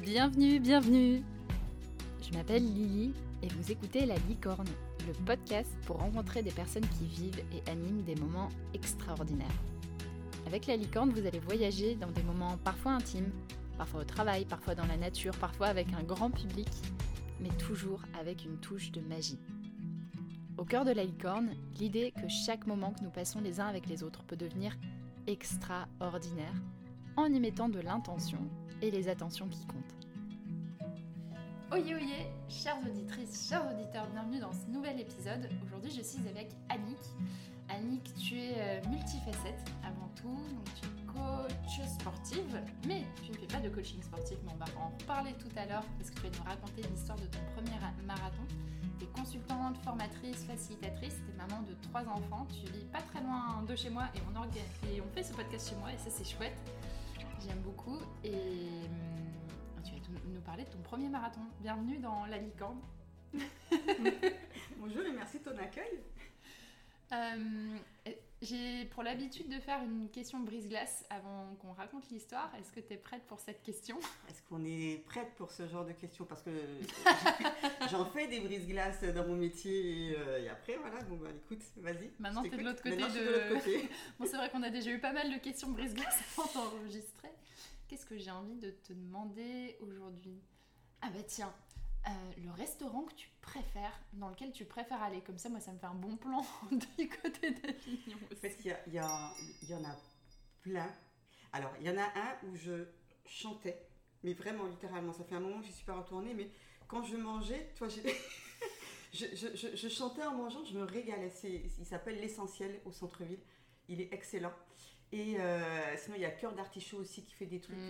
Bienvenue. Je m'appelle Lily et vous écoutez La Licorne, le podcast pour rencontrer des personnes qui vivent et animent des moments extraordinaires. Avec La Licorne, vous allez voyager dans des moments parfois intimes, parfois au travail, parfois dans la nature, parfois avec un grand public, mais toujours avec une touche de magie. Au cœur de La Licorne, l'idée que chaque moment que nous passons les uns avec les autres peut devenir extraordinaire en y mettant de l'intention et les attentions qui comptent. Oyez, chères auditrices, chers auditeurs, bienvenue dans ce nouvel épisode. Aujourd'hui, je suis avec Annick. Annick, tu es multifacette avant tout, donc tu es coach sportive, mais tu ne fais pas de coaching sportif, mais on va en reparler tout à l'heure parce que tu vas nous raconter l'histoire de ton premier marathon. Tu es consultante, formatrice, facilitatrice, tu es maman de 3 enfants, tu vis pas très loin de chez moi et on fait ce podcast chez moi et ça c'est chouette. J'aime beaucoup et tu vas nous parler de ton premier marathon. Bienvenue dans La Licorne. Bonjour et merci de ton accueil. J'ai pour l'habitude de faire une question brise-glace avant qu'on raconte l'histoire. Est-ce que tu es prête pour cette question ? Est-ce qu'on est prête pour ce genre de questions ? Parce que j'en fais des brise-glaces dans mon métier et après, voilà, bon bah écoute, vas-y. Maintenant, tu es de l'autre côté. Bon, c'est vrai qu'on a déjà eu pas mal de questions brise-glace avant d'enregistrer. Qu'est-ce que j'ai envie de te demander aujourd'hui ? Ah bah tiens, le restaurant que tu préfères, dans lequel tu préfères aller, comme ça moi ça me fait un bon plan du côté d'Avignon aussi. En fait il y en a plein. Alors il y en a un où je chantais, mais vraiment littéralement, ça fait un moment que je ne suis pas retournée, mais quand je mangeais, toi je chantais en mangeant, je me régalais. Il s'appelle L'Essentiel au centre-ville, il est excellent. Et sinon il y a Cœur d'Artichaut aussi qui fait des trucs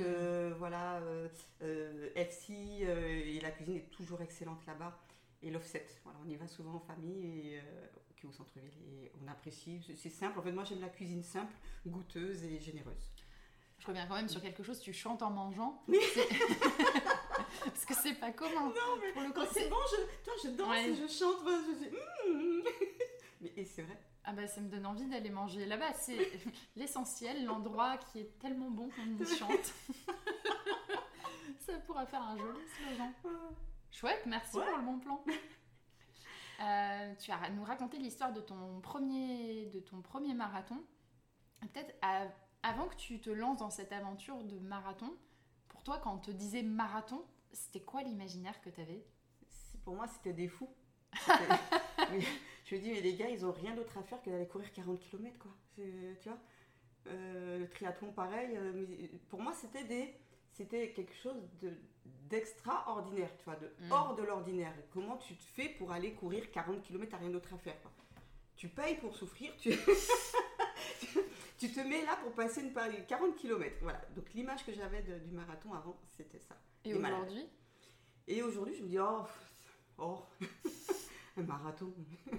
healthy et la cuisine est toujours excellente là-bas. Et l'Offset, voilà, on y va souvent en famille et qui est au centre-ville et on apprécie, c'est simple. En fait moi j'aime la cuisine simple, goûteuse et généreuse. Je reviens quand même sur quelque chose, tu chantes en mangeant. Parce que c'est pas commun. Non mais pour le coup, c'est bon, je danse et je chante, mais et c'est vrai. Ah bah ça me donne envie d'aller manger là-bas, c'est L'Essentiel, l'endroit qui est tellement bon qu'on y chante. Ça pourra faire un joli slogan. Chouette, merci pour le bon plan. Tu vas nous raconter l'histoire de ton premier marathon. Peut-être avant que tu te lances dans cette aventure de marathon, pour toi quand on te disait marathon, c'était quoi l'imaginaire que tu avais ? Pour moi c'était des fous. Je me dis, mais les gars, ils ont rien d'autre à faire que d'aller courir 40 km, quoi. Tu vois, le triathlon, pareil. Mais pour moi, c'était quelque chose d'extraordinaire, tu vois, hors de l'ordinaire. Comment tu te fais pour aller courir 40 km, t'as rien d'autre à faire, quoi. Tu payes pour souffrir, tu te mets là pour passer 40 km. Voilà. Donc, l'image que j'avais du marathon avant, c'était ça. Et aujourd'hui ? Et aujourd'hui, je me dis, oh. Un marathon.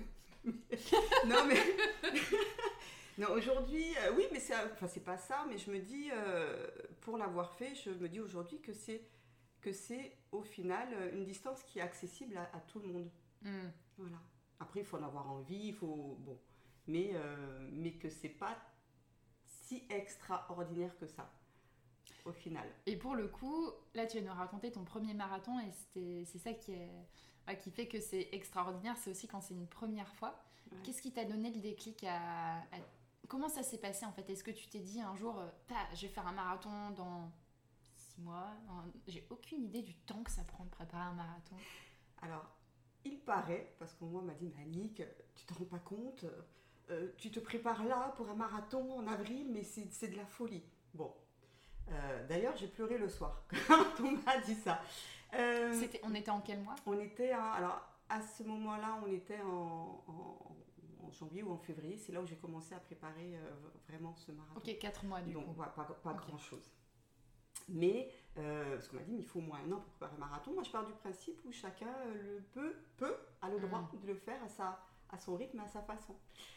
Non, aujourd'hui, oui, mais c'est pas ça, mais je me dis, pour l'avoir fait, je me dis aujourd'hui que c'est au final une distance qui est accessible à tout le monde. Voilà. Après, il faut en avoir envie, mais que c'est pas si extraordinaire que ça, au final. Et pour le coup, là, tu viens de nous raconter ton premier marathon et c'est ça qui fait que c'est extraordinaire, c'est aussi quand c'est une première fois. Ouais. Qu'est-ce qui t'a donné le déclic Comment ça s'est passé en fait ? Est-ce que tu t'es dit un jour, je vais faire un marathon dans 6 mois ? J'ai aucune idée du temps que ça prend de préparer un marathon. Alors, il paraît, parce que moi on m'a dit, mais Annick, tu te rends pas compte, tu te prépares là pour un marathon en avril, mais c'est de la folie. Bon, d'ailleurs j'ai pleuré le soir quand on m'a dit ça. On était en quel mois ? On était alors à ce moment-là, on était en janvier ou en février. C'est là où j'ai commencé à préparer vraiment ce marathon. Ok, 4 mois du coup. Donc pas grand-chose. Mais parce qu'on m'a dit, mais il faut au moins 1 an pour préparer un marathon. Moi, je pars du principe où chacun a le droit de le faire à son rythme, à sa façon.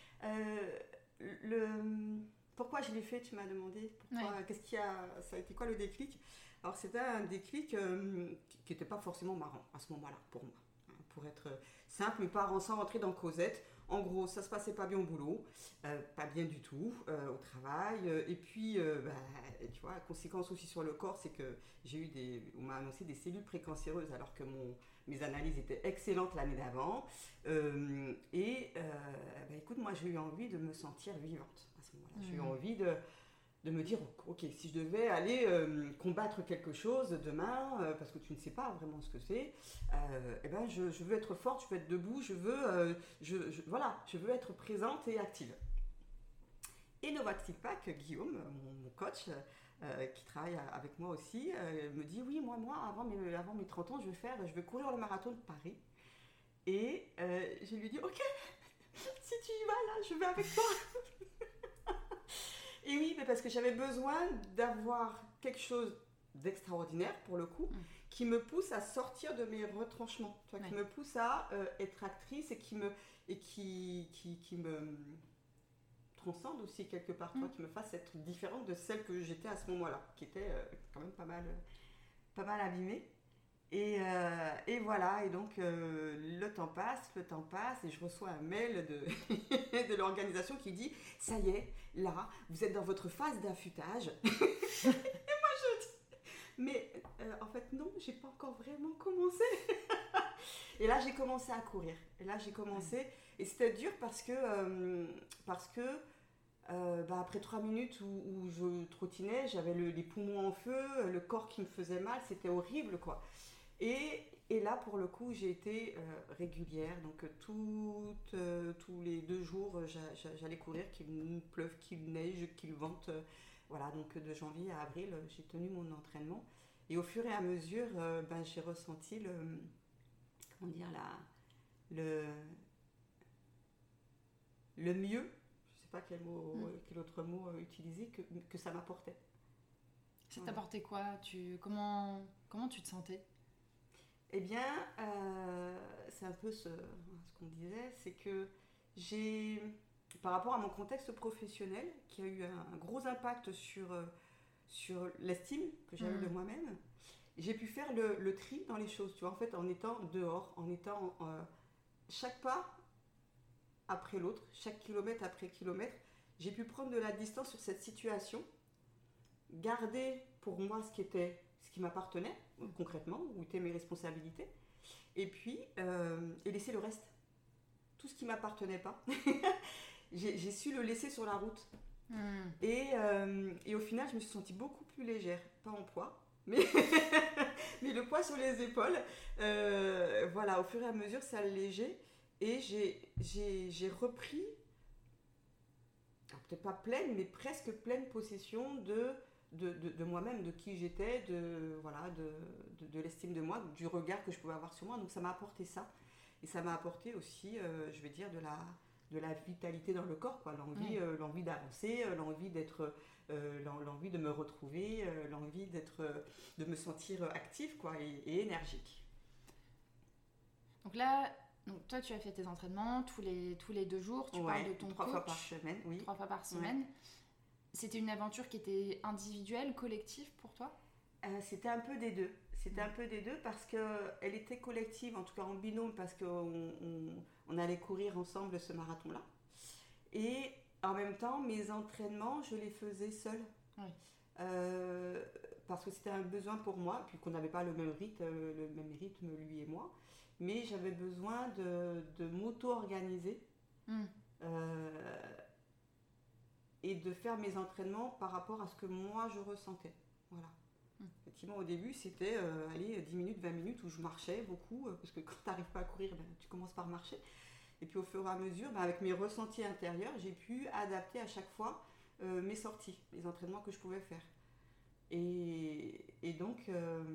Pourquoi je l'ai fait, tu m'as demandé. Ça a été quoi le déclic ? Alors c'était un déclic qui n'était pas forcément marrant à ce moment-là pour moi. Pour être simple, mais sans rentrer dans Cosette. En gros, ça se passait pas bien au boulot, pas bien du tout au travail. Et puis, tu vois, la conséquence aussi sur le corps, c'est que on m'a annoncé des cellules précancéreuses alors que mes analyses étaient excellentes l'année d'avant. Écoute, moi, j'ai eu envie de me sentir vivante à ce moment-là. J'ai eu envie de me dire, ok, si je devais aller combattre quelque chose demain, parce que tu ne sais pas vraiment ce que c'est, je veux être forte, je veux être debout, je veux être présente et active. Et Novaxil Pack, Guillaume, mon coach, qui travaille avec moi aussi, me dit, oui, moi avant mes 30 ans, je veux courir le marathon de Paris. Et je lui dis, ok, si tu y vas là, je vais avec toi. Et oui, mais parce que j'avais besoin d'avoir quelque chose d'extraordinaire, pour le coup, qui me pousse à sortir de mes retranchements, tu vois, qui me pousse à être actrice et qui me transcende aussi quelque part, tu vois, qui me fasse être différente de celle que j'étais à ce moment-là, qui était quand même pas mal abîmée. Et voilà, et donc le temps passe, et je reçois un mail de l'organisation qui dit « Ça y est, là, vous êtes dans votre phase d'affûtage. » Et moi je dis « Mais en fait non, j'ai pas encore vraiment commencé. » Et là j'ai commencé à courir. Et c'était dur parce que après 3 minutes où je trottinais, j'avais les poumons en feu, le corps qui me faisait mal, c'était horrible quoi. Et là, pour le coup, j'ai été régulière. Donc, tous les 2 jours, j'allais courir, qu'il pleuve, qu'il neige, qu'il vente. Voilà, donc de janvier à avril, j'ai tenu mon entraînement. Et au fur et à mesure, j'ai ressenti le mieux, je ne sais pas quel autre mot utiliser, que ça m'apportait. Ça t'apportait quoi? Comment tu te sentais? Eh bien, c'est un peu ce qu'on disait, c'est que par rapport à mon contexte professionnel, qui a eu un gros impact sur l'estime que j'avais de moi-même, j'ai pu faire le tri dans les choses, tu vois, en fait, en étant dehors, en étant chaque pas après l'autre, chaque kilomètre après kilomètre, j'ai pu prendre de la distance sur cette situation, garder pour moi ce qui m'appartenait concrètement, où étaient mes responsabilités, et puis et laisser le reste, tout ce qui m'appartenait pas. j'ai su le laisser sur la route. Et au final je me suis sentie beaucoup plus légère, pas en poids, mais le poids sur les épaules, voilà, au fur et à mesure ça allégé, et j'ai repris, alors peut-être pas pleine, mais presque pleine possession de moi-même, de qui j'étais, de l'estime de moi, du regard que je pouvais avoir sur moi. Donc ça m'a apporté ça. Et ça m'a apporté aussi, je vais dire, de la vitalité dans le corps, quoi. L'envie d'avancer, l'envie de me retrouver, l'envie de me sentir active, quoi, et énergique. Donc là, toi tu as fait tes entraînements tous les 2 jours, tu parles de ton 3 coach. fois par semaine, oui. 3 fois par semaine. Ouais. C'était une aventure qui était individuelle, collective pour toi? C'était un peu des deux. Parce qu'elle était collective, en tout cas en binôme, parce qu'on allait courir ensemble ce marathon-là. Et en même temps, mes entraînements, je les faisais seule. Oui. Parce que c'était un besoin pour moi, puis qu'on n'avait pas le même rythme, lui et moi. Mais j'avais besoin de m'auto-organiser. Et de faire mes entraînements par rapport à ce que moi je ressentais. Voilà. Effectivement, au début, c'était 10 minutes, 20 minutes où je marchais beaucoup, parce que quand tu n'arrives pas à courir, tu commences par marcher. Et puis au fur et à mesure, avec mes ressentis intérieurs, j'ai pu adapter à chaque fois mes sorties, les entraînements que je pouvais faire. Et donc,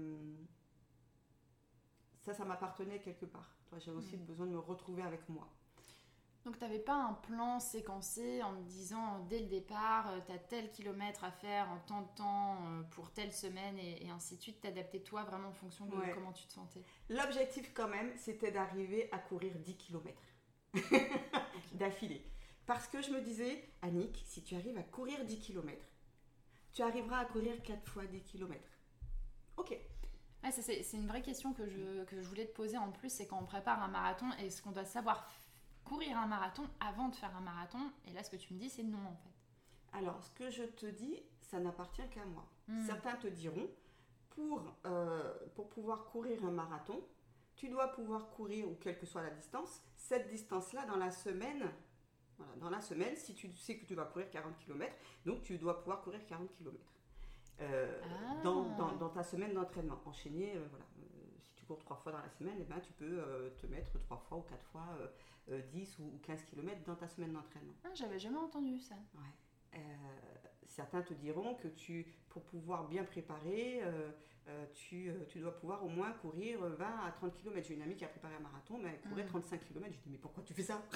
ça m'appartenait quelque part. J'avais aussi besoin de me retrouver avec moi. Donc tu n'avais pas un plan séquencé en me disant dès le départ, tu as tel kilomètre à faire en tant de temps pour telle semaine et ainsi de suite, t'adaptais toi vraiment en fonction de comment tu te sentais. L'objectif quand même, c'était d'arriver à courir 10 km d'affilée. Parce que je me disais, Annick, si tu arrives à courir 10 km, tu arriveras à courir 4 fois 10 km. Ok. Ouais, c'est une vraie question que je voulais te poser en plus, c'est quand on prépare un marathon, est-ce qu'on doit savoir courir un marathon avant de faire un marathon. Et là, ce que tu me dis, c'est non, en fait. Alors, ce que je te dis, ça n'appartient qu'à moi. Certains te diront, pour pouvoir courir un marathon, tu dois pouvoir courir, ou quelle que soit la distance, cette distance-là dans la semaine. Voilà, dans la semaine, si tu sais que tu vas courir 40 km, donc tu dois pouvoir courir 40 km. Dans ta semaine d'entraînement. Enchaîner, si tu cours 3 fois dans la semaine, eh ben, tu peux te mettre 3 fois ou 4 fois 10 ou 15 km dans ta semaine d'entraînement. Ah, j'avais jamais entendu ça. Ouais. Certains te diront que pour pouvoir bien préparer, tu dois pouvoir au moins courir 20 à 30 km. J'ai une amie qui a préparé un marathon, mais elle courait 35 km. Je dis, mais pourquoi tu fais ça?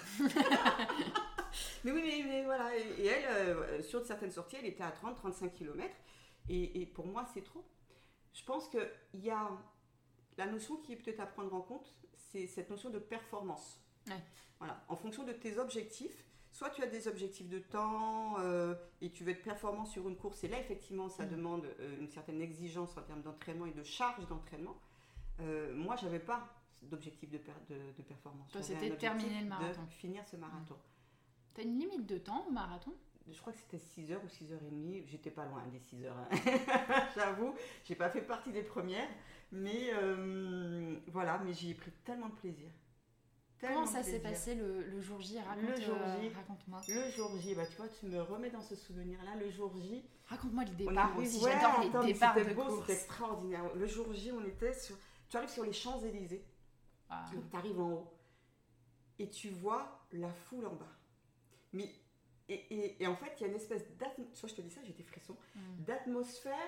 Mais oui, mais voilà. Et elle, sur certaines sorties, elle était à 30-35 km. Et pour moi, c'est trop. Je pense qu'il y a la notion qui est peut-être à prendre en compte, c'est cette notion de performance. Ouais. Voilà. En fonction de tes objectifs, soit tu as des objectifs de temps et tu veux être performant sur une course, et là, effectivement, ça demande une certaine exigence en termes d'entraînement et de charge d'entraînement. Moi, je n'avais pas d'objectif de performance. Toi, c'était de terminer le marathon. De finir ce marathon. Tu as une limite de temps au marathon? Je crois que c'était 6h ou 6h30. J'étais pas loin des 6h. Hein. J'avoue, j'ai pas fait partie des premières. Mais voilà, mais j'y ai pris tellement de plaisir. Comment ça s'est passé le jour J? Raconte-moi. Le jour J, bah, tu vois, tu me remets dans ce souvenir-là. Le jour J. Raconte-moi le départ aussi. J'adore les départs de course. C'était extraordinaire. Le jour J, on était sur. Tu arrives sur les Champs-Élysées. Tu arrives en haut. Et tu vois la foule en bas. Mais. Et en fait, il y a une espèce d'atmosphère, soit je te dis ça, j'ai des frissons, d'atmosphère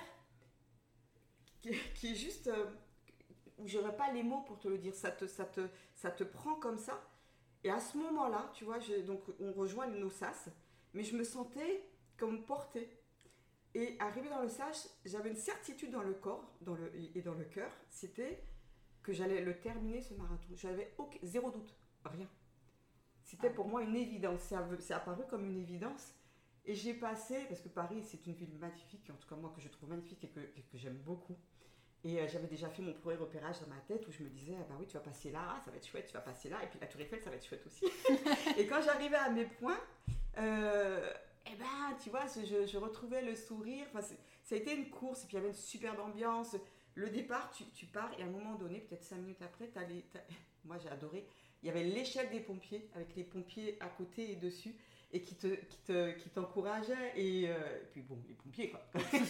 qui est juste, où j'aurais pas les mots pour te le dire, ça te prend comme ça. Et à ce moment-là, tu vois, donc on rejoint nos sas, mais je me sentais comme portée. Et arrivé dans le sas, j'avais une certitude dans le corps et dans le cœur, c'était que j'allais le terminer ce marathon. J'avais zéro doute, rien. C'était pour moi une évidence, c'est apparu comme une évidence. Et j'ai passé, parce que Paris c'est une ville magnifique, en tout cas moi que je trouve magnifique et que j'aime beaucoup. Et j'avais déjà fait mon premier repérage dans ma tête où je me disais, ah bah oui tu vas passer là, ça va être chouette, tu vas passer là, et puis la Tour Eiffel ça va être chouette aussi. Et quand j'arrivais à mes points, eh ben tu vois, je retrouvais le sourire, enfin, ça a été une course, et puis il y avait une superbe ambiance. Le départ, tu pars, et à un moment donné, peut-être 5 minutes après, moi j'ai adoré. Il y avait l'échelle des pompiers, avec les pompiers à côté et dessus, et qui t'encourageaient. Et puis bon, les pompiers quoi.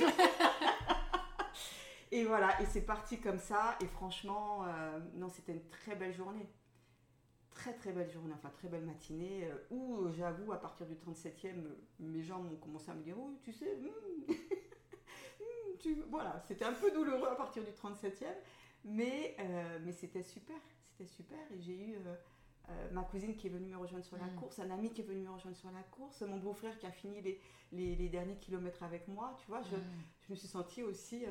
Et voilà, et c'est parti comme ça. Et franchement, non, c'était une très belle journée. Très très belle journée, enfin très belle matinée. Où j'avoue, à partir du 37e, mes jambes ont commencé à me dire, oui, tu sais, voilà, c'était un peu douloureux à partir du 37e. Mais c'était super. C'était super, et j'ai eu ma cousine qui est venue me rejoindre sur la course, un ami qui est venu me rejoindre sur la course, mon beau-frère qui a fini les derniers kilomètres avec moi, tu vois, je me suis sentie aussi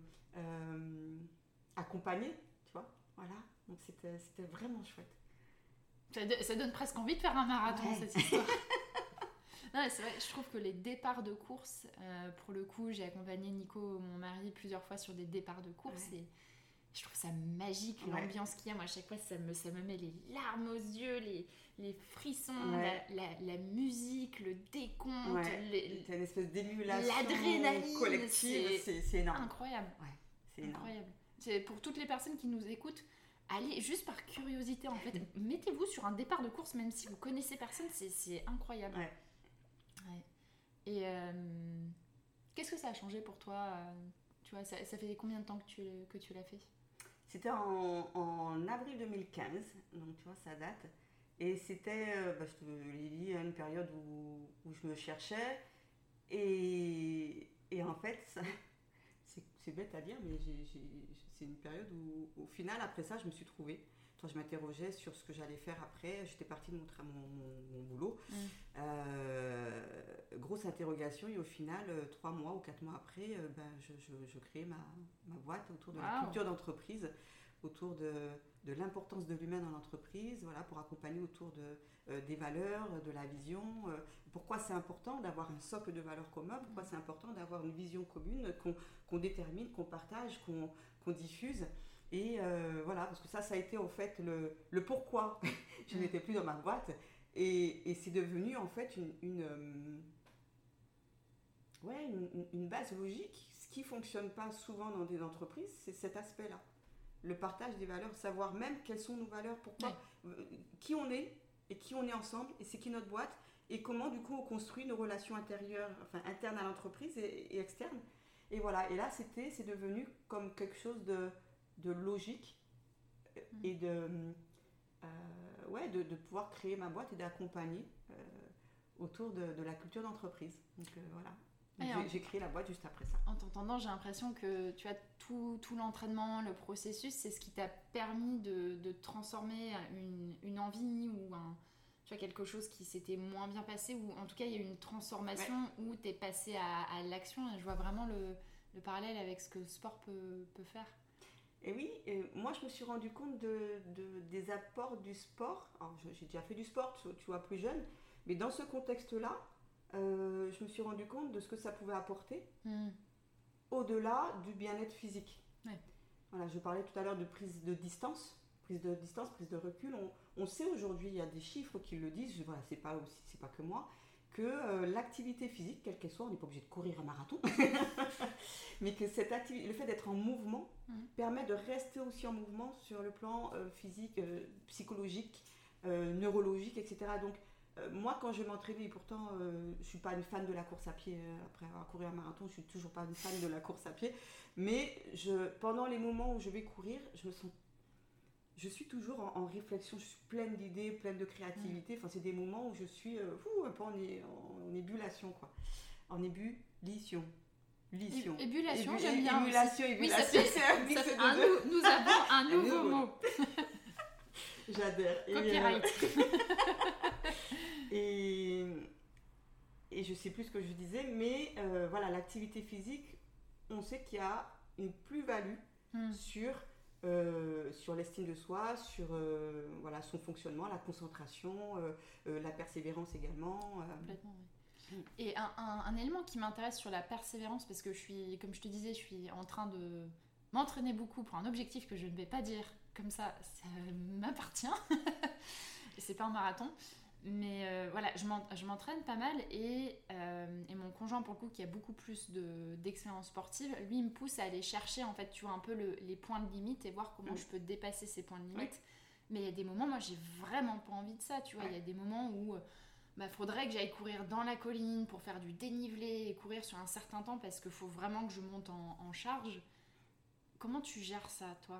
accompagnée, tu vois, voilà, donc c'était vraiment chouette. Ça donne presque envie de faire un marathon, cette histoire. Non, c'est vrai, je trouve que les départs de course, pour le coup, j'ai accompagné Nico, mon mari, plusieurs fois sur des départs de course, et je trouve ça magique, l'ambiance qu'il y a. Moi, à chaque fois, ça me met les larmes aux yeux, les frissons, la musique, le décompte, t'as une espèce d'émulation l'adrénaline collective, c'est énorme. Incroyable. Ouais, c'est énorme. Incroyable. C'est pour toutes les personnes qui nous écoutent, allez, juste par curiosité, en fait, mettez-vous sur un départ de course, même si vous connaissez personne, c'est incroyable. Ouais. Et qu'est-ce que ça a changé pour toi tu vois, ça fait combien de temps que tu l'as fait? C'était en avril 2015, donc tu vois, ça date. Et c'était, je te l'ai dit, une période où je me cherchais. Et en fait, c'est bête à dire, mais c'est une période où, au final, après ça, je me suis trouvée. Quand je m'interrogeais sur ce que j'allais faire après, j'étais partie de mon boulot. Grosse interrogation, et au final, 3 mois ou 4 mois après, je créais ma boîte autour de la culture d'entreprise, autour de l'importance de l'humain dans l'entreprise, voilà, pour accompagner autour des valeurs, de la vision. Pourquoi c'est important d'avoir un socle de valeurs communs, pourquoi c'est important d'avoir une vision commune qu'on détermine, qu'on partage, qu'on diffuse. Et voilà, parce que ça a été en fait le pourquoi je n'étais plus dans ma boîte. Et c'est devenu en fait une base logique. Ce qui ne fonctionne pas souvent dans des entreprises, c'est cet aspect-là. Le partage des valeurs, savoir même quelles sont nos valeurs, pourquoi, qui on est et qui on est ensemble, et c'est qui notre boîte, et comment du coup on construit nos relations internes à l'entreprise et externes. Et voilà, et là c'est devenu comme quelque chose de logique et de pouvoir créer ma boîte et d'accompagner autour de la culture d'entreprise. Donc voilà. J'ai créé la boîte juste après ça. En t'entendant, j'ai l'impression que tu as tout l'entraînement, le processus, c'est ce qui t'a permis de transformer une envie ou tu vois, quelque chose qui s'était moins bien passé, ou en tout cas il y a eu une transformation où tu es passé à l'action. Et je vois vraiment le parallèle avec ce que le sport peut faire. Et oui, moi je me suis rendu compte des apports du sport. Alors, j'ai déjà fait du sport, tu vois, plus jeune, mais dans ce contexte-là, je me suis rendu compte de ce que ça pouvait apporter au-delà du bien-être physique. Ouais. Voilà, je parlais tout à l'heure de prise de distance, prise de recul. On sait aujourd'hui, il y a des chiffres qui le disent, voilà, c'est pas que moi, que l'activité physique, quelle qu'elle soit, on n'est pas obligé de courir un marathon, mais que cette activité, le fait d'être en mouvement permet de rester aussi en mouvement sur le plan physique, psychologique, neurologique, etc. Donc moi, quand je m'entraînais, pourtant, je ne suis pas une fan de la course à pied. Après avoir couru un marathon, je ne suis toujours pas une fan de la course à pied. Mais pendant les moments où je vais courir, je suis toujours en réflexion. Je suis pleine d'idées, pleine de créativité. Enfin, c'est des moments où je suis un peu en ébullition, quoi. En ébullition. Ébullition, j'aime bien. Ébullition, oui, c'est un mix de deux. Nous avons un nouveau mot. J'adore. Copyright. Et je sais plus ce que je disais, mais voilà, l'activité physique, on sait qu'il y a une plus-value sur l'estime de soi, sur voilà, son fonctionnement, la concentration, la persévérance également. Complètement, oui. Et un élément qui m'intéresse sur la persévérance, parce que comme je te disais, je suis en train de m'entraîner beaucoup pour un objectif que je ne vais pas dire comme ça m'appartient. C'est pas un marathon. Mais voilà, je m'entraîne pas mal et mon conjoint, pour le coup, qui a beaucoup plus d'expérience sportive, lui, il me pousse à aller chercher, en fait, tu vois, un peu les points de limite et voir comment je peux dépasser ces points de limite. Ouais. Mais il y a des moments, moi, j'ai vraiment pas envie de ça, tu vois. Il y a des moments où faudrait que j'aille courir dans la colline pour faire du dénivelé et courir sur un certain temps parce qu'il faut vraiment que je monte en charge. Comment tu gères ça, toi ?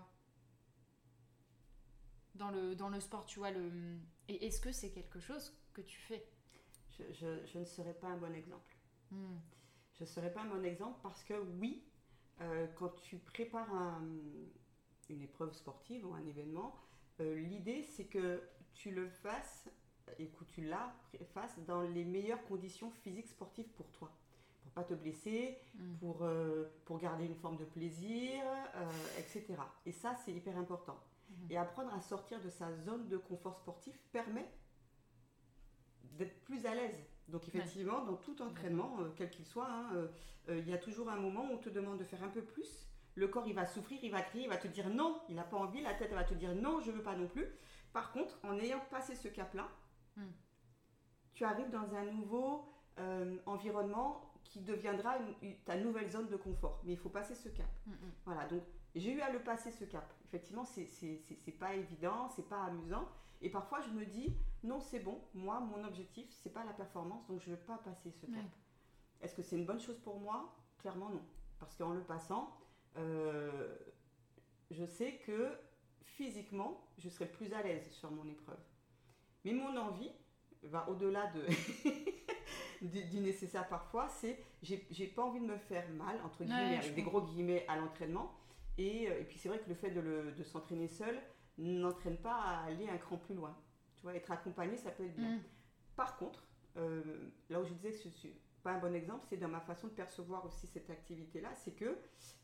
Dans le sport, tu vois, et est-ce que c'est quelque chose que tu fais ? Je ne serais pas un bon exemple. Je ne serais pas un bon exemple parce que oui, quand tu prépares une épreuve sportive ou un événement, l'idée c'est que tu le fasses et que tu la fasses dans les meilleures conditions physiques sportives pour toi. Pour ne pas te blesser, pour garder une forme de plaisir, etc. Et ça, c'est hyper important. Et apprendre à sortir de sa zone de confort sportif permet d'être plus à l'aise. Donc effectivement, dans tout entraînement, quel qu'il soit, il y a toujours un moment où on te demande de faire un peu plus. Le corps, il va souffrir, il va crier, il va te dire non, il n'a pas envie. La tête, elle va te dire non, je ne veux pas non plus. Par contre, en ayant passé ce cap-là, tu arrives dans un nouveau environnement qui deviendra ta nouvelle zone de confort. Mais il faut passer ce cap. Voilà, donc j'ai eu à le passer ce cap. Effectivement, c'est pas évident, c'est pas amusant. Et parfois, je me dis, non, c'est bon. Moi, mon objectif, c'est pas la performance, donc je ne vais pas passer ce cap. Est-ce que c'est une bonne chose pour moi ? Clairement, non. Parce qu'en le passant, je sais que physiquement, je serai plus à l'aise sur mon épreuve. Mais mon envie va au-delà du nécessaire parfois, c'est j'ai pas envie de me faire mal, entre guillemets, avec des gros guillemets, à l'entraînement. Et puis c'est vrai que le fait de s'entraîner seul n'entraîne pas à aller un cran plus loin. Tu vois, être accompagné, ça peut être bien. Par contre, là où je disais que je ne suis pas un bon exemple, c'est dans ma façon de percevoir aussi cette activité-là, c'est que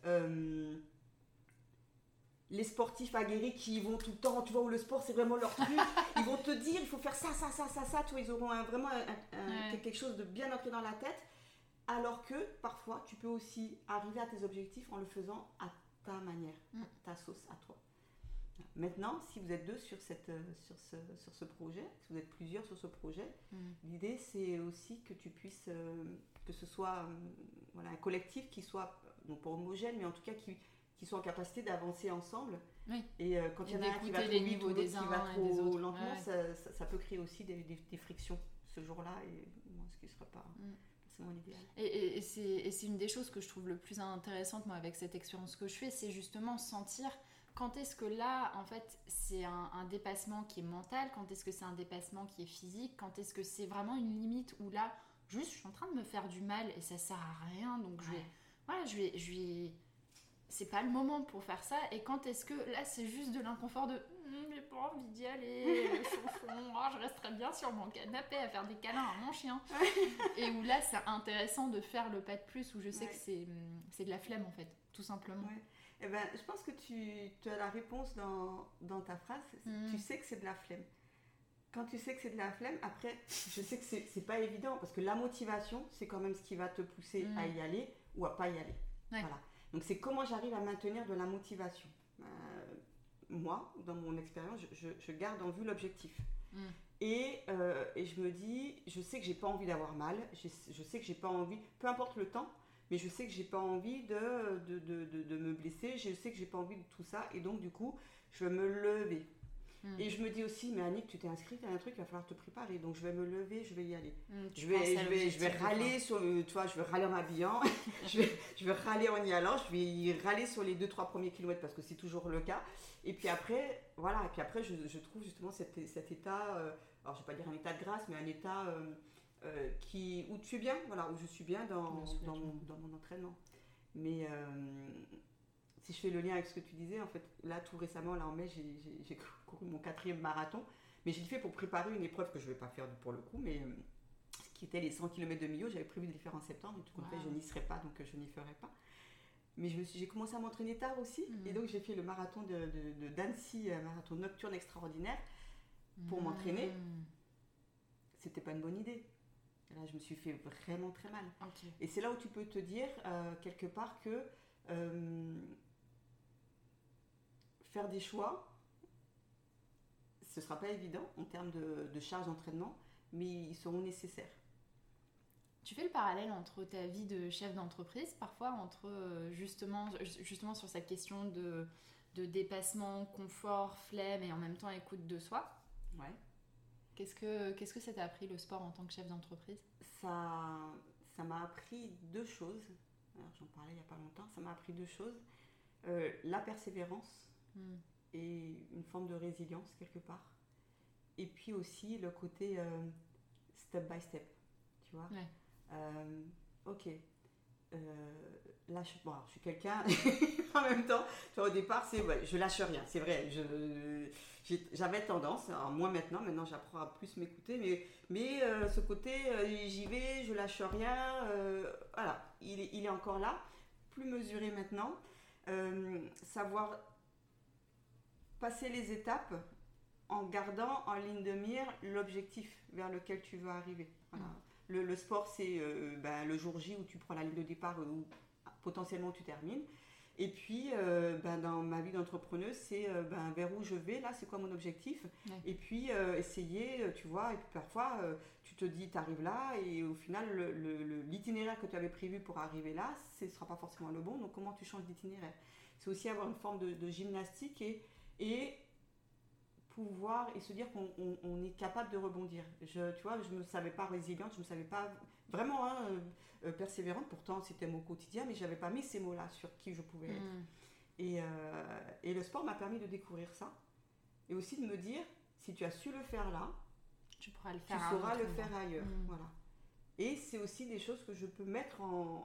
les sportifs aguerris qui y vont tout le temps, tu vois, où le sport c'est vraiment leur truc, ils vont te dire il faut faire ça, tu vois, ils auront vraiment quelque chose de bien ancré dans la tête, alors que parfois tu peux aussi arriver à tes objectifs en le faisant à ta manière, ta sauce à toi. Maintenant, si vous êtes deux sur ce projet, si vous êtes plusieurs sur ce projet, l'idée c'est aussi que tu puisses, que ce soit un collectif qui soit, non pas homogène, mais en tout cas qui soit en capacité d'avancer ensemble. Oui. Et quand il y en a un qui va trop vite ou l'autre qui va trop lentement, ça peut créer aussi des frictions ce jour-là, et moi, ce qui ne sera pas forcément l'idéal. Et c'est une des choses que je trouve le plus intéressante, moi, avec cette expérience que je fais, c'est justement sentir quand est-ce que là, en fait, c'est un dépassement qui est mental, quand est-ce que c'est un dépassement qui est physique, quand est-ce que c'est vraiment une limite où là, juste, je suis en train de me faire du mal et ça sert à rien, donc je vais c'est pas le moment pour faire ça. Et quand est-ce que là c'est juste de l'inconfort de j'ai pas envie d'y aller, je resterais bien sur mon canapé à faire des câlins à mon chien. Et où là c'est intéressant de faire le pas de plus, où je sais que c'est de la flemme en fait, tout simplement. Eh ben, je pense que tu as la réponse dans ta phrase. Tu sais que c'est de la flemme. Quand tu sais que c'est de la flemme, après, je sais que c'est pas évident, parce que la motivation, c'est quand même ce qui va te pousser à y aller ou à pas y aller. Voilà. Donc c'est comment j'arrive à maintenir de la motivation. Moi, dans mon expérience, je garde en vue l'objectif. Et je me dis, je sais que j'ai pas envie d'avoir mal, je sais que j'ai pas envie, peu importe le temps, mais je sais que j'ai pas envie de me blesser, je sais que j'ai pas envie de tout ça, et donc du coup, je vais me lever. Et je me dis aussi, mais Annick, tu t'es inscrite à un truc, il va falloir te préparer, donc je vais me lever, je vais y aller. Je vais râler sur tu vois, je vais râler en m'habillant, je vais râler en y allant, je vais y râler sur les 2-3 premiers kilomètres parce que c'est toujours le cas. Et puis après, voilà, je trouve justement cet état, alors je vais pas dire un état de grâce, mais un état où tu es bien, voilà, où je suis bien dans mon entraînement. Mais si je fais le lien avec ce que tu disais, en fait, là, tout récemment, là en mai, j'ai couru mon 4e marathon, mais je l'ai fait pour préparer une épreuve que je ne vais pas faire pour le coup, mais qui était les 100 km de Millau. J'avais prévu de les faire en septembre, et tout compte fait, je n'y serais pas, donc je n'y ferai pas. Mais j'ai commencé à m'entraîner tard aussi, et donc j'ai fait le marathon d'Annecy, un marathon nocturne extraordinaire, pour m'entraîner. C'était pas une bonne idée. Là, je me suis fait vraiment très mal. Okay. Et c'est là où tu peux te dire, quelque part, que faire des choix, ce ne sera pas évident en termes de charge d'entraînement, mais ils seront nécessaires. Tu fais le parallèle entre ta vie de chef d'entreprise, parfois, entre justement sur cette question de dépassement, confort, flemme et en même temps écoute de soi. Ouais. Qu'est-ce que ça t'a appris, le sport, en tant que chef d'entreprise ? Ça m'a appris 2 choses. Alors, j'en parlais il n'y a pas longtemps. Ça m'a appris 2 choses. La persévérance et une forme de résilience quelque part. Et puis aussi le côté step by step. Tu vois ? Ok. Là, je suis quelqu'un, en même temps, tu vois, au départ, je lâche rien, c'est vrai. J'avais tendance, alors moins maintenant j'apprends à plus m'écouter, mais ce côté, j'y vais, je lâche rien, voilà, il est encore là, plus mesuré maintenant, savoir passer les étapes en gardant en ligne de mire l'objectif vers lequel tu veux arriver. Voilà. Le sport, c'est le jour J où tu prends la ligne de départ, où potentiellement tu termines. Et puis, dans ma vie d'entrepreneuse, c'est vers où je vais, là, c'est quoi mon objectif. Et puis, essayer, tu vois, et puis parfois, tu te dis, tu arrives là, et au final, l'itinéraire que tu avais prévu pour arriver là, ce ne sera pas forcément le bon, donc comment tu changes d'itinéraire. C'est aussi avoir une forme de gymnastique et pouvoir et se dire qu'on est capable de rebondir. Tu vois, je me savais pas résiliente, je me savais pas vraiment persévérante, pourtant c'était mon quotidien, mais j'avais pas mis ces mots-là sur qui je pouvais être. Et le sport m'a permis de découvrir ça, et aussi de me dire, si tu as su le faire là, tu sauras le faire ailleurs. Voilà. Et c'est aussi des choses que je peux mettre en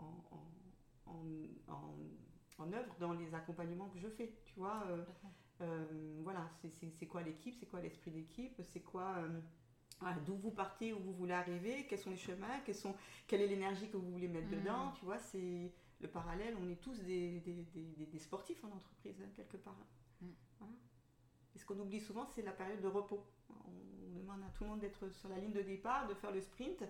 œuvre dans les accompagnements que je fais, tu vois. Voilà, c'est quoi l'équipe, c'est quoi l'esprit d'équipe, c'est quoi d'où vous partez, où vous voulez arriver, quels sont les chemins, quelle est l'énergie que vous voulez mettre dedans, tu vois, c'est le parallèle, on est tous des sportifs en entreprise, quelque part. Voilà. Et ce qu'on oublie souvent, c'est la période de repos. On demande à tout le monde d'être sur la ligne de départ, de faire le sprint,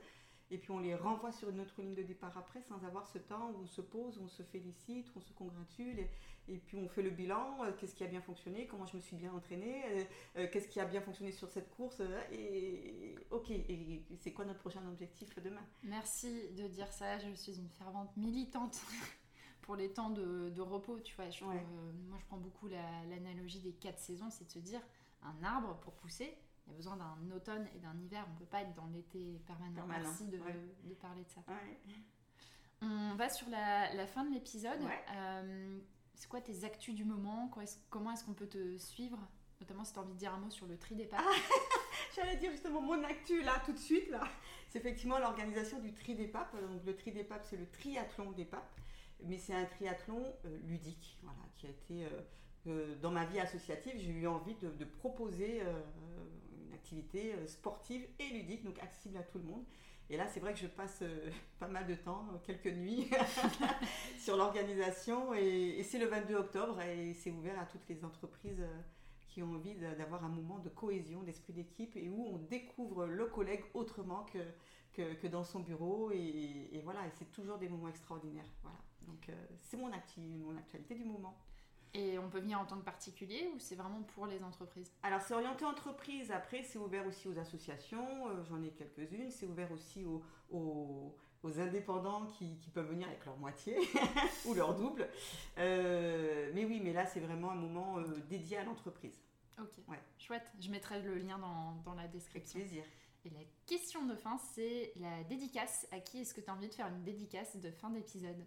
et puis on les renvoie sur une autre ligne de départ après sans avoir ce temps où on se pose, où on se félicite, où on se congratule et puis on fait le bilan, qu'est-ce qui a bien fonctionné, comment je me suis bien entraînée, qu'est-ce qui a bien fonctionné sur cette course et ok, et c'est quoi notre prochain objectif demain? Merci de dire ça, je suis une fervente militante pour les temps de repos, tu vois. Moi je prends beaucoup l'analogie des 4 saisons, c'est de se dire un arbre pour pousser, il y a besoin d'un automne et d'un hiver, on ne peut pas être dans l'été permanent. Merci de parler de ça. Ouais. On va sur la fin de l'épisode. Ouais. C'est quoi tes actus du moment? Comment est-ce qu'on peut te suivre? Notamment si tu as envie de dire un mot sur le tri des papes. J'allais dire justement mon actu là, tout de suite. Là. C'est effectivement l'organisation du tri des papes. Donc, le tri des papes, c'est le triathlon des papes. Mais c'est un triathlon ludique, voilà, qui a été... dans ma vie associative, j'ai eu envie de proposer une activité sportive et ludique, donc accessible à tout le monde. Et là, c'est vrai que je passe pas mal de temps, quelques nuits, sur l'organisation. Et c'est le 22 octobre et c'est ouvert à toutes les entreprises qui ont envie d'avoir un moment de cohésion, d'esprit d'équipe et où on découvre le collègue autrement que dans son bureau. Et voilà, et c'est toujours des moments extraordinaires. Voilà. Donc, c'est mon actualité du moment. Et on peut venir en tant que particulier ou c'est vraiment pour les entreprises? Alors c'est orienté entreprise, après c'est ouvert aussi aux associations, j'en ai quelques-unes, c'est ouvert aussi aux indépendants qui peuvent venir avec leur moitié ou leur double. Mais oui, mais là c'est vraiment un moment dédié à l'entreprise. Ok, chouette, je mettrai le lien dans la description. Avec plaisir. Et la question de fin, c'est la dédicace. À qui est-ce que tu as envie de faire une dédicace de fin d'épisode?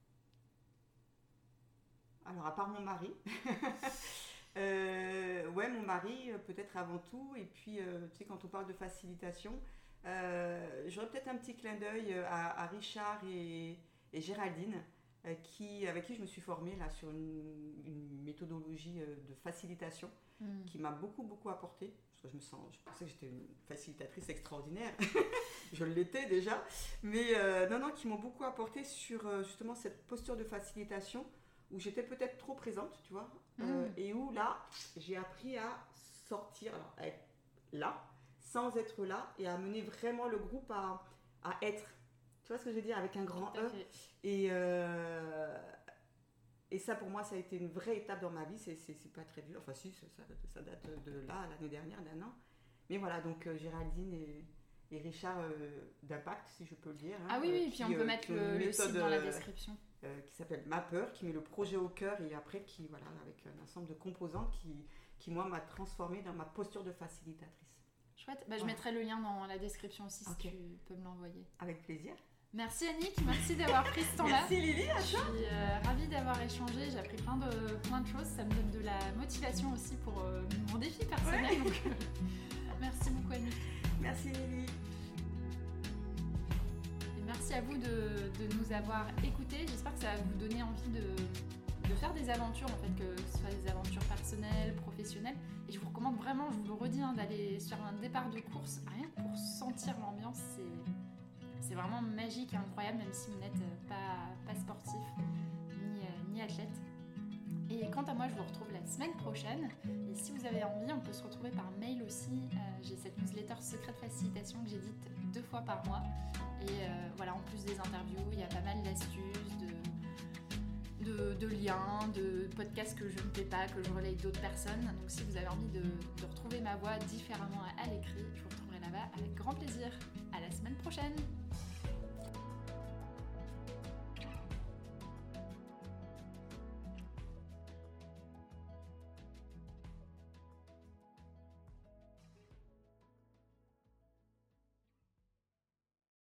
Alors, à part mon mari, mon mari, peut-être avant tout. Et puis, tu sais, quand on parle de facilitation, j'aurais peut-être un petit clin d'œil à Richard et Géraldine, avec qui je me suis formée là, sur une méthodologie de facilitation qui m'a beaucoup apporté. Parce que je pensais que j'étais une facilitatrice extraordinaire. Je l'étais déjà. Mais qui m'ont beaucoup apporté sur justement cette posture de facilitation où j'étais peut-être trop présente, tu vois, et où là, j'ai appris à sortir, alors à être là, sans être là, et à mener vraiment le groupe à être. Tu vois ce que je veux dire, avec un grand E. Et ça, pour moi, ça a été une vraie étape dans ma vie. C'est pas très dur. Enfin, si, ça date de là, l'année dernière, d'un an. Mais voilà, donc Géraldine et Richard d'Impact, si je peux le dire. Ah oui, et puis on peut mettre le site dans la description. Qui s'appelle Mapper, qui met le projet au cœur et après qui, voilà, avec un ensemble de composants qui moi, m'a transformée dans ma posture de facilitatrice. Chouette, je mettrai le lien dans la description aussi si tu peux me l'envoyer. Avec plaisir. Merci Annick, merci d'avoir pris ce temps-là. Merci Lily, à toi. Je suis ravie d'avoir échangé, j'ai appris plein de choses, ça me donne de la motivation aussi pour mon défi personnel. Ouais. Donc, merci beaucoup Annick. Merci Lily. Merci à vous de nous avoir écoutés. J'espère que ça va vous donner envie de faire des aventures, en fait, que ce soit des aventures personnelles, professionnelles. Et je vous recommande vraiment, je vous le redis, d'aller sur un départ de course, rien que pour sentir l'ambiance. C'est vraiment magique et incroyable, même si vous n'êtes pas sportif ni athlète. Et quant à moi, je vous retrouve la semaine prochaine. Et si vous avez envie, on peut se retrouver par mail aussi. J'ai cette newsletter Secret de Facilitation que j'édite 2 fois par mois. Et voilà, en plus des interviews, il y a pas mal d'astuces, de liens, de podcasts que je ne fais pas, que je relaye d'autres personnes. Donc si vous avez envie de retrouver ma voix différemment à l'écrit, je vous retrouverai là-bas avec grand plaisir. À la semaine prochaine.